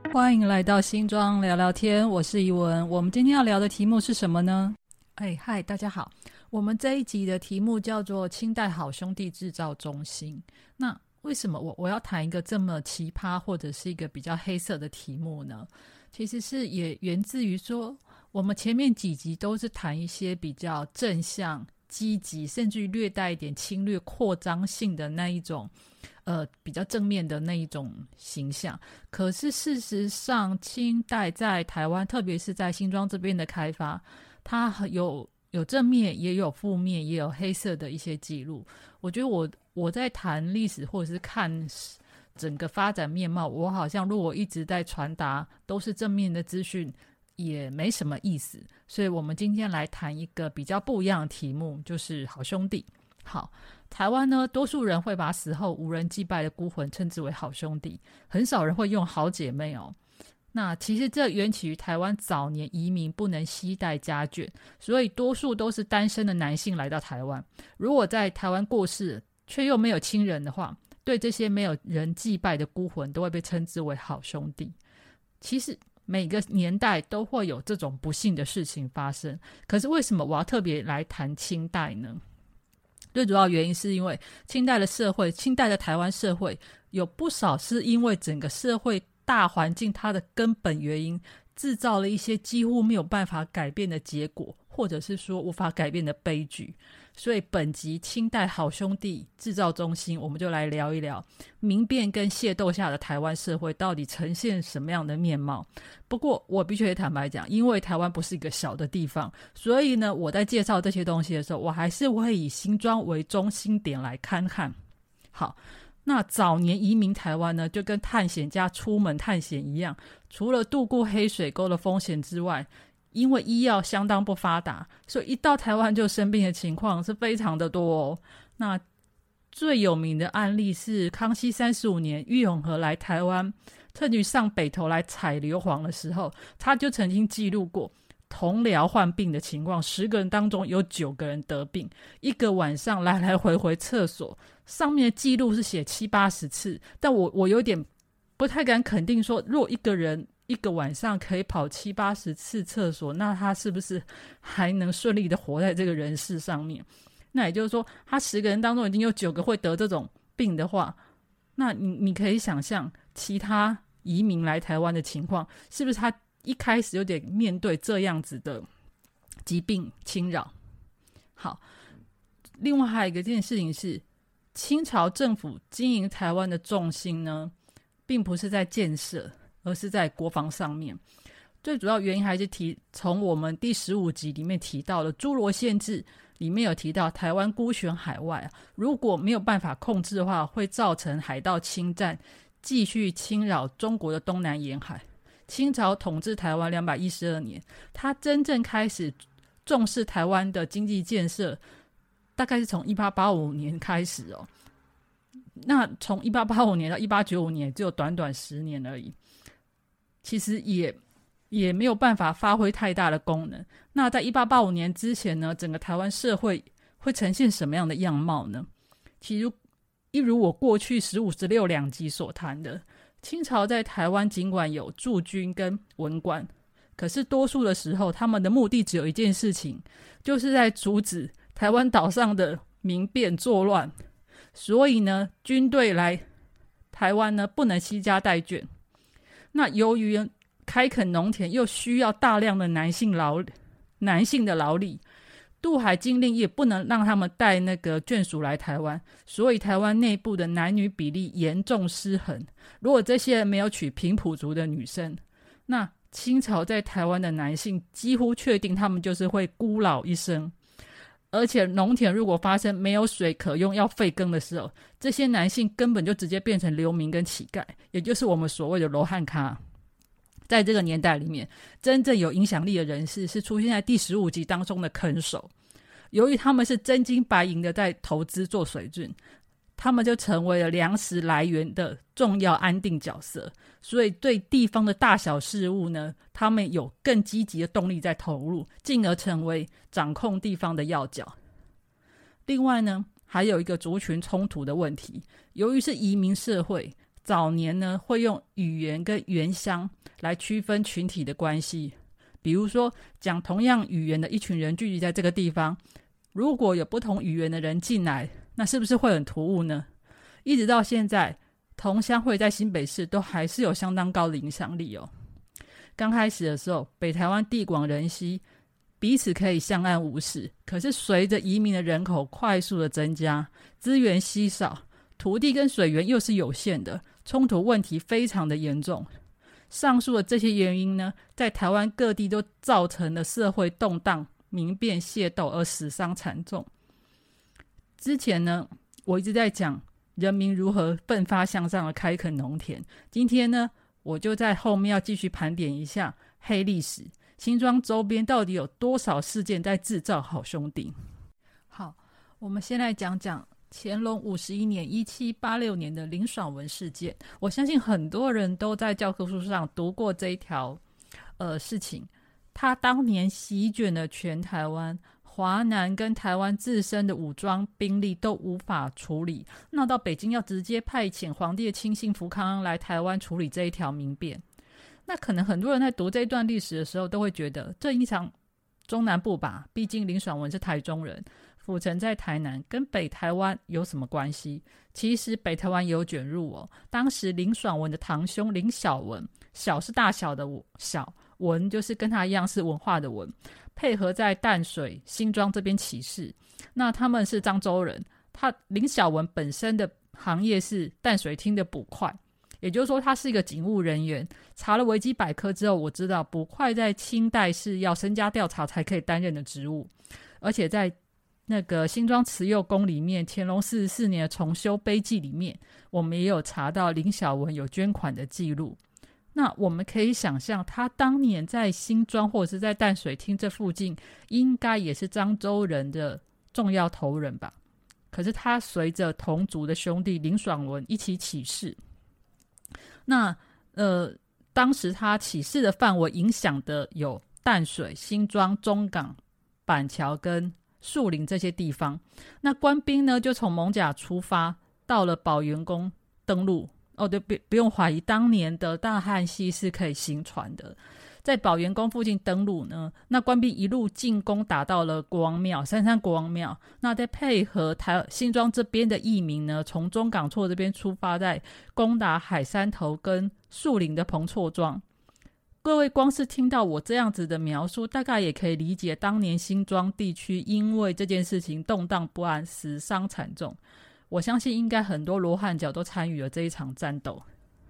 欢迎来到新庄聊聊天，我是怡文。我们今天要聊的题目是什么呢？嗨，大家好。我们这一集的题目叫做清代好兄弟制造中心。那为什么我要谈一个这么奇葩或者是一个比较黑色的题目呢？其实是也源自于说，我们前面几集都是谈一些比较正向积极甚至于略带一点侵略扩张性的那一种比较正面的那一种形象。可是事实上清代在台湾特别是在新庄这边的开发，它有正面也有负面也有黑色的一些记录。我觉得我在谈历史或者是看整个发展面貌，我好像如果一直在传达都是正面的资讯也没什么意思。所以我们今天来谈一个比较不一样的题目，就是好兄弟。好，台湾呢，多数人会把死后无人祭拜的孤魂称之为好兄弟，很少人会用好姐妹哦。那其实这缘起于台湾早年移民不能携带家眷，所以多数都是单身的男性来到台湾。如果在台湾过世却又没有亲人的话，对这些没有人祭拜的孤魂都会被称之为好兄弟。其实每个年代都会有这种不幸的事情发生，可是为什么我要特别来谈清代呢？最主要原因是因为清代的台湾社会有不少是因为整个社会大环境它的根本原因制造了一些几乎没有办法改变的结果，或者是说无法改变的悲剧。所以本集清代好兄弟制造中心，我们就来聊一聊民变跟械斗下的台湾社会到底呈现什么样的面貌。不过我必须坦白讲，因为台湾不是一个小的地方，所以呢，我在介绍这些东西的时候，我还是会以新庄为中心点来看。好，那早年移民台湾呢，就跟探险家出门探险一样，除了渡过黑水沟的风险之外，因为医药相当不发达，所以一到台湾就生病的情况是非常的多哦。那最有名的案例是康熙35年郁永河来台湾，特地上北投来采硫磺的时候，他就曾经记录过同僚患病的情况，10个人当中有9个人得病，一个晚上来来回回厕所，上面的记录是写70-80次，但我有点不太敢肯定说，如果一个人一个晚上可以跑70-80次厕所，那他是不是还能顺利的活在这个人世上面？那也就是说，他10个人当中已经有9个会得这种病的话，那你可以想象其他移民来台湾的情况，是不是他一开始有点面对这样子的疾病侵扰？好，另外还有一件事情是，清朝政府经营台湾的重心呢，并不是在建设，而是在国防上面。最主要原因还是从我们第15集里面提到的诸罗县志里面有提到，台湾孤悬海外，如果没有办法控制的话，会造成海盗侵占，继续侵扰中国的东南沿海。清朝统治台湾212年，他真正开始重视台湾的经济建设，大概是从1885年开始哦。那从1885年到1895年只有短短10年而已，其实也没有办法发挥太大的功能。那在1885年之前呢，整个台湾社会会呈现什么样的样貌呢？其实一如我过去15、16两集所谈的，清朝在台湾尽管有驻军跟文官，可是多数的时候他们的目的只有一件事情，就是在阻止台湾岛上的民变作乱。所以呢，军队来台湾呢不能携家带眷。那由于开垦农田又需要大量的男性的劳力，渡海经令也不能让他们带那个眷属来台湾，所以台湾内部的男女比例严重失衡。如果这些人没有娶平埔族的女生，那清朝在台湾的男性几乎确定他们就是会孤老一生。而且农田如果发生没有水可用要废耕的时候，这些男性根本就直接变成流民跟乞丐，也就是我们所谓的罗汉咖。在这个年代里面，真正有影响力的人士是出现在第15集当中的垦手。由于他们是真金白银的在投资做水圳，他们就成为了粮食来源的重要安定角色，所以对地方的大小事务呢，他们有更积极的动力在投入，进而成为掌控地方的要角。另外呢，还有一个族群冲突的问题，由于是移民社会， 早年呢会用语言跟原乡来区分群体的关系，比如说讲同样语言的一群人聚集在这个地方，如果有不同语言的人进来，那是不是会很突兀呢？一直到现在，同乡会在新北市都还是有相当高的影响力哦。刚开始的时候，北台湾地广人稀，彼此可以相安无事，可是随着移民的人口快速的增加，资源稀少，土地跟水源又是有限的，冲突问题非常的严重。上述的这些原因呢，在台湾各地都造成了社会动荡、民变械斗而死伤惨重。之前呢，我一直在讲人民如何奋发向上的开垦农田，今天呢，我就在后面要继续盘点一下黑历史，新庄周边到底有多少事件在制造好兄弟。好，我们先来讲讲乾隆51年1786年的林爽文事件。我相信很多人都在教科书上读过这一条事情。他当年席卷了全台湾，华南跟台湾自身的武装兵力都无法处理，闹到北京要直接派遣皇帝的亲信福康来台湾处理这一条民变。那可能很多人在读这一段历史的时候都会觉得，这一场中南部吧，毕竟林爽文是台中人，府城在台南，跟北台湾有什么关系？其实北台湾也有卷入哦。当时林爽文的堂兄林小文，小是大小的小，文就是跟他一样是文化的文，配合在淡水新庄这边起事。那他们是漳州人，林小文本身的行业是淡水厅的捕快，也就是说他是一个警务人员。查了维基百科之后，我知道捕快在清代是要身家调查才可以担任的职务，而且在那个新庄慈幼宫里面，乾隆44年的重修碑记里面，我们也有查到林小文有捐款的记录。那我们可以想象，他当年在新庄或者是在淡水厅这附近，应该也是漳州人的重要头人吧。可是他随着同族的兄弟林爽文一起起事，那当时他起事的范围影响的有淡水、新庄、中港、板桥跟树林这些地方。那官兵呢，就从艋舺出发，到了宝元宫登陆。对，不用怀疑，当年的大汉溪是可以行船的。在宝元宫附近登陆呢，那官兵一路进攻，打到了国王庙，三山国王庙。那再配合新庄这边的义民呢，从中港厝这边出发，在攻打海山头跟树林的彭厝庄。各位光是听到我这样子的描述，大概也可以理解当年新庄地区因为这件事情动荡不安，死伤惨重。我相信应该很多罗汉脚都参与了这一场战斗。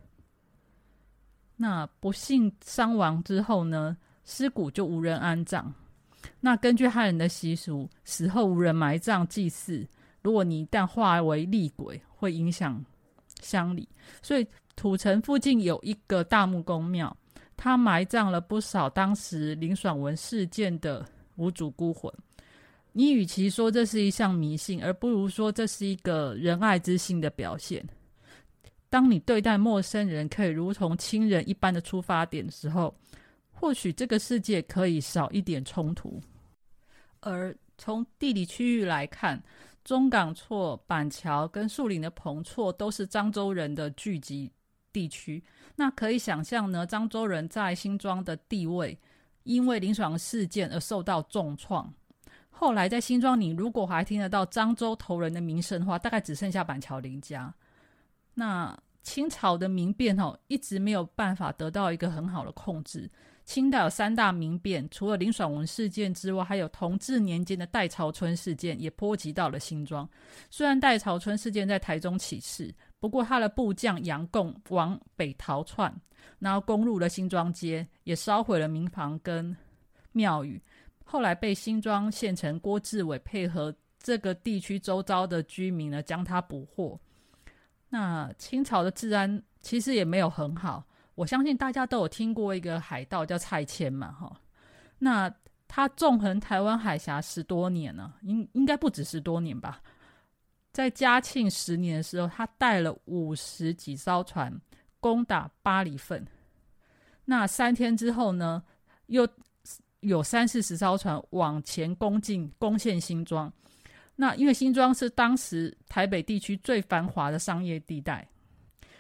那不幸伤亡之后呢，尸骨就无人安葬。那根据汉人的习俗，死后无人埋葬祭祀，如果你一旦化为厉鬼，会影响乡里。所以土城附近有一个大木公庙，它埋葬了不少当时林爽文事件的无主孤魂。你与其说这是一项迷信，而不如说这是一个仁爱之心的表现。当你对待陌生人可以如同亲人一般的出发点的时候，或许这个世界可以少一点冲突。而从地理区域来看，中港厝、板桥跟树林的彭厝都是漳州人的聚集地区。那可以想象呢，漳州人在新庄的地位因为林爽事件而受到重创。后来在新庄，你如果还听得到漳州头人的名声的话，大概只剩下板桥林家。那清朝的民变一直没有办法得到一个很好的控制。清代有3大民变，除了林爽文事件之外，还有同治年间的戴潮春事件也波及到了新庄。虽然戴潮春事件在台中起事，不过他的部将杨贡往北逃窜，然后攻入了新庄街，也烧毁了民房跟庙宇。后来被新庄县城郭志伟配合这个地区周遭的居民呢，将他捕获。那清朝的治安其实也没有很好，我相信大家都有听过一个海盗叫蔡牵嘛，那他纵横台湾海峡10多年了，应该不止10多年吧。在嘉庆10年的时候，他带了50几艘船攻打八里份。那3天之后呢，又有30-40艘船往前攻陷新庄。那因为新庄是当时台北地区最繁华的商业地带，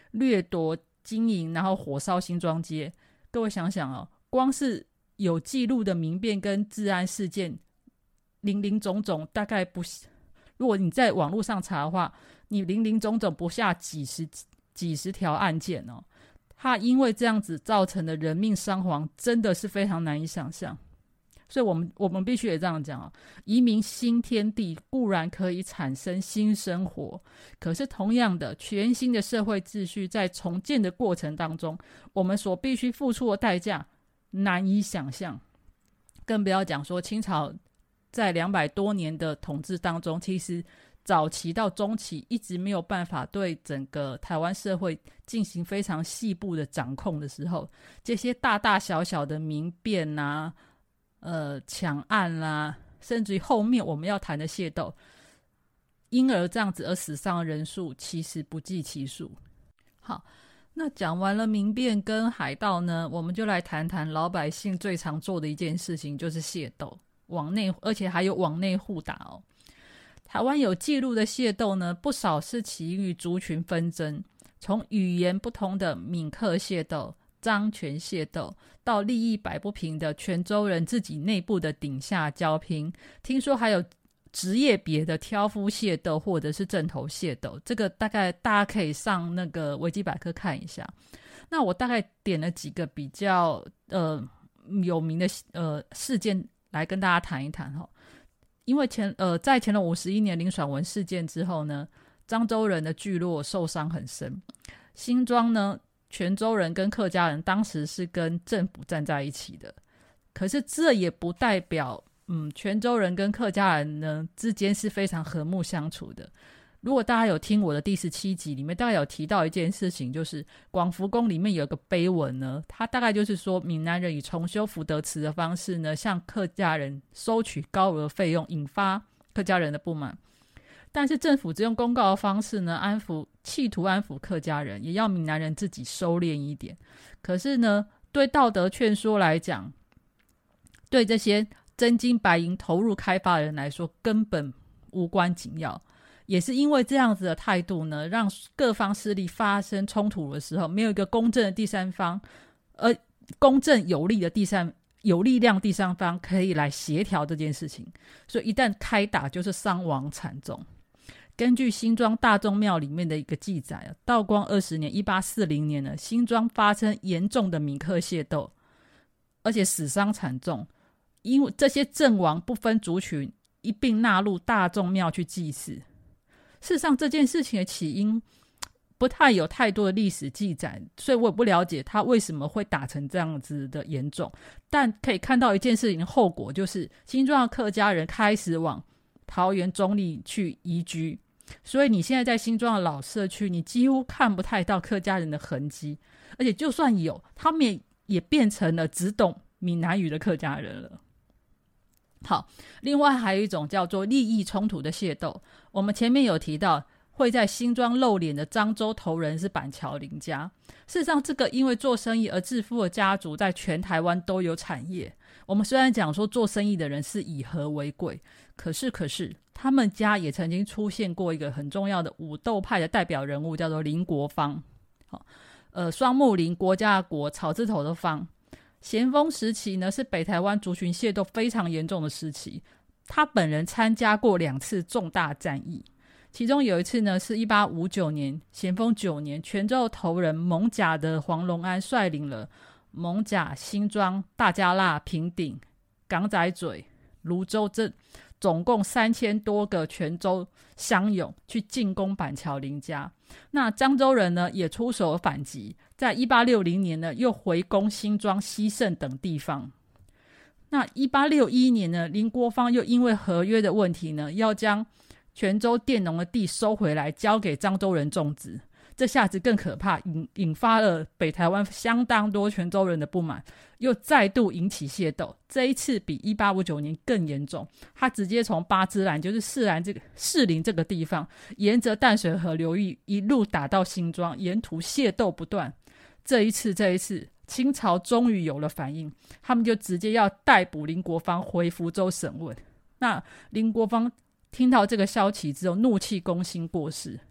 掠夺金银，然后火烧新庄街。各位想想光是有记录的民变跟治安事件林林总总，大概不，如果你在网络上查的话，你林林总总不下几十条案件它因为这样子造成的人命伤亡真的是非常难以想象。所以我们必须也这样讲移民新天地固然可以产生新生活，可是同样的，全新的社会秩序在重建的过程当中，我们所必须付出的代价难以想象。更不要讲说清朝在200多年的统治当中，其实早期到中期一直没有办法对整个台湾社会进行非常细部的掌控的时候，这些大大小小的民变抢案啦，甚至于后面我们要谈的械斗，因而这样子而死伤的人数其实不计其数。好，那讲完了民变跟海盗呢，我们就来谈谈老百姓最常做的一件事情，就是械斗，而且还有往内互打台湾有记录的械斗呢，不少是起因于族群纷争，从语言不同的闽客械斗、漳泉械斗，到利益摆不平的泉州人自己内部的顶下交拼，听说还有职业别的挑夫械斗或者是正头械斗，这个大概大家可以上那个维基百科看一下。那我大概点了几个比较有名的事件来跟大家谈一谈因为在乾隆51年林爽文事件之后呢，漳州人的聚落受伤很深，新庄呢泉州人跟客家人当时是跟政府站在一起的，可是这也不代表泉州人跟客家人呢之间是非常和睦相处的。如果大家有听我的第17集里面，大概有提到一件事情，就是广福宫里面有一个碑文呢，它大概就是说闽南人以重修福德祠的方式呢向客家人收取高额费用，引发客家人的不满，但是政府只用公告的方式呢企图安抚客家人，也要闽南人自己收敛一点。可是呢，对道德劝说来讲，对这些真金白银投入开发的人来说根本无关紧要。也是因为这样子的态度呢，让各方势力发生冲突的时候，没有一个公正的第三方，公正有力量第三方可以来协调这件事情，所以一旦开打就是伤亡惨重。根据新庄大众庙里面的一个记载，道光20年1840年呢，新庄发生严重的闽客械斗，而且死伤惨重，因为这些阵亡不分族群一并纳入大众庙去祭祀。事实上这件事情的起因不太有太多的历史记载，所以我也不了解他为什么会打成这样子的严重，但可以看到一件事情的后果，就是新庄的客家人开始往桃园中坜去移居，所以你现在在新庄的老社区，你几乎看不太到客家人的痕迹，而且就算有，他们也变成了只懂闽南语的客家人了。好，另外还有一种叫做利益冲突的械斗，我们前面有提到会在新庄露脸的漳州头人是板桥林家。事实上这个因为做生意而致富的家族在全台湾都有产业，我们虽然讲说做生意的人是以和为贵，可是他们家也曾经出现过一个很重要的武斗派的代表人物，叫做林国芳。双木林，国家的国，草字头的芳。咸丰时期呢，是北台湾族群械斗非常严重的时期，他本人参加过2次重大战役，其中有一次呢是1859年咸丰9年，泉州头人蒙甲的黄龙安率领了蒙甲、新庄、大家腊、平顶、港仔嘴、泸州这总共3000多个泉州乡勇去进攻板桥林家。那漳州人呢也出手反击，在1860年呢又回攻新庄、西胜等地方。那1861年呢，林国芳又因为合约的问题呢，要将泉州佃农的地收回来交给漳州人种植，这下子更可怕，引发了北台湾相当多泉州人的不满，又再度引起械斗。这一次比1859年更严重，他直接从八芝兰，就是士林这个地方，沿着淡水河流域一路打到新庄，沿途械斗不断。这一次清朝终于有了反应，他们就直接要逮捕林国芳回福州审问。那林国芳听到这个消息之后，怒气攻心过世。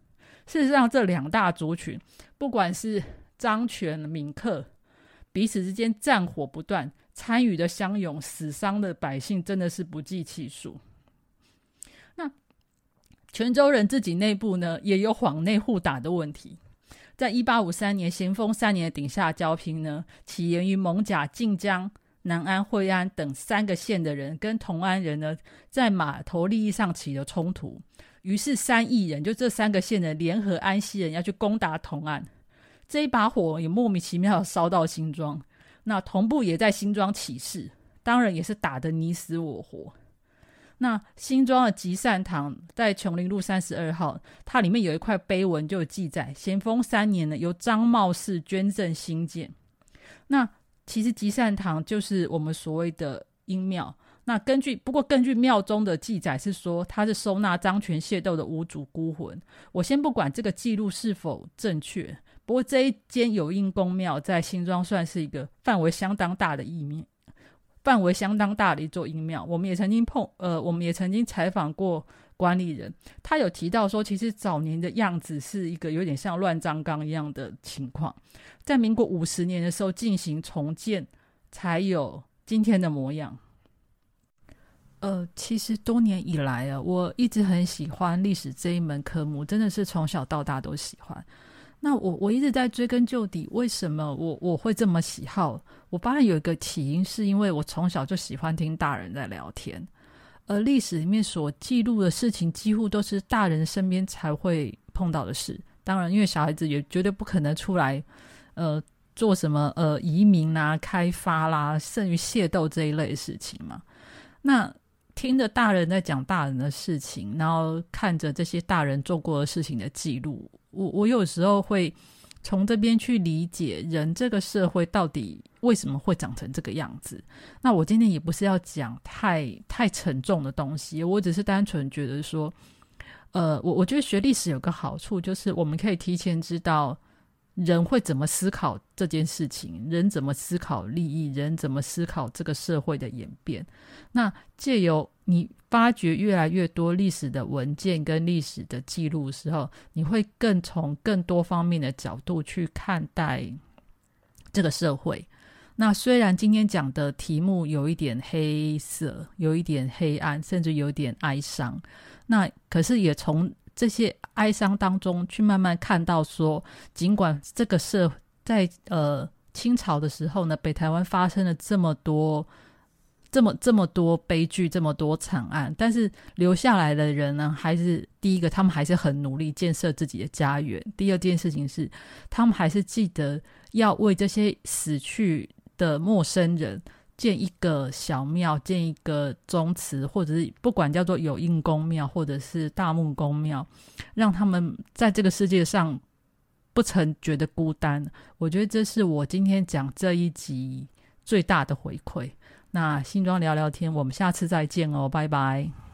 事实上这两大族群，不管是漳泉、闽客，彼此之间战火不断，参与的相拥，死伤的百姓真的是不计其数。那泉州人自己内部呢，也有幌内互打的问题。在1853年咸丰3年的鼎下交拼呢，起源于艋舺、晋江、南安、惠安等3个县的人跟同安人呢，在码头利益上起了冲突，于是3邑人，就这3个县的联合安溪人要去攻打同安。这一把火也莫名其妙烧到新庄，那同步也在新庄起事，当然也是打得你死我活。那新庄的集善堂在琼林路32号，它里面有一块碑文就有记载，咸丰3年呢，由张茂士捐赠兴建。那其实集善堂就是我们所谓的阴庙。那根据庙中的记载是说，它是收纳漳泉械斗的无主孤魂。我先不管这个记录是否正确，不过这一间有应公庙在新庄算是一个范围相当大的一座阴庙。我们也曾经采访过管理人，他有提到说，其实早年的样子是一个有点像乱葬岗一样的情况，在民国50年的时候进行重建，才有今天的模样。其实多年以来啊，我一直很喜欢历史这一门科目，真的是从小到大都喜欢。那我一直在追根究底，为什么我会这么喜好？我发现有一个起因，是因为我从小就喜欢听大人在聊天，而历史里面所记录的事情，几乎都是大人身边才会碰到的事。当然，因为小孩子也绝对不可能出来，做什么移民啦、开发啦，甚于械斗这一类的事情嘛。那听着大人在讲大人的事情，然后看着这些大人做过的事情的记录，我有时候会从这边去理解人这个社会到底为什么会长成这个样子。那我今天也不是要讲太沉重的东西，我只是单纯觉得说我觉得学历史有个好处，就是我们可以提前知道人会怎么思考这件事情，人怎么思考利益，人怎么思考这个社会的演变。那借由你发掘越来越多历史的文件跟历史的记录的时候，你会从更多方面的角度去看待这个社会。那虽然今天讲的题目有一点黑色，有一点黑暗，甚至有点哀伤，那可是也从这些哀伤当中去慢慢看到说，尽管这个在清朝的时候呢，北台湾发生了这么多悲剧，这么多惨案，但是留下来的人呢，还是第一个，他们还是很努力建设自己的家园。第二件事情是，他们还是记得要为这些死去的陌生人建一个小庙，建一个宗祠，或者是不管叫做有应公庙或者是大木公庙，让他们在这个世界上不曾觉得孤单。我觉得这是我今天讲这一集最大的回馈。那新庄聊聊天，我们下次再见哦，拜拜。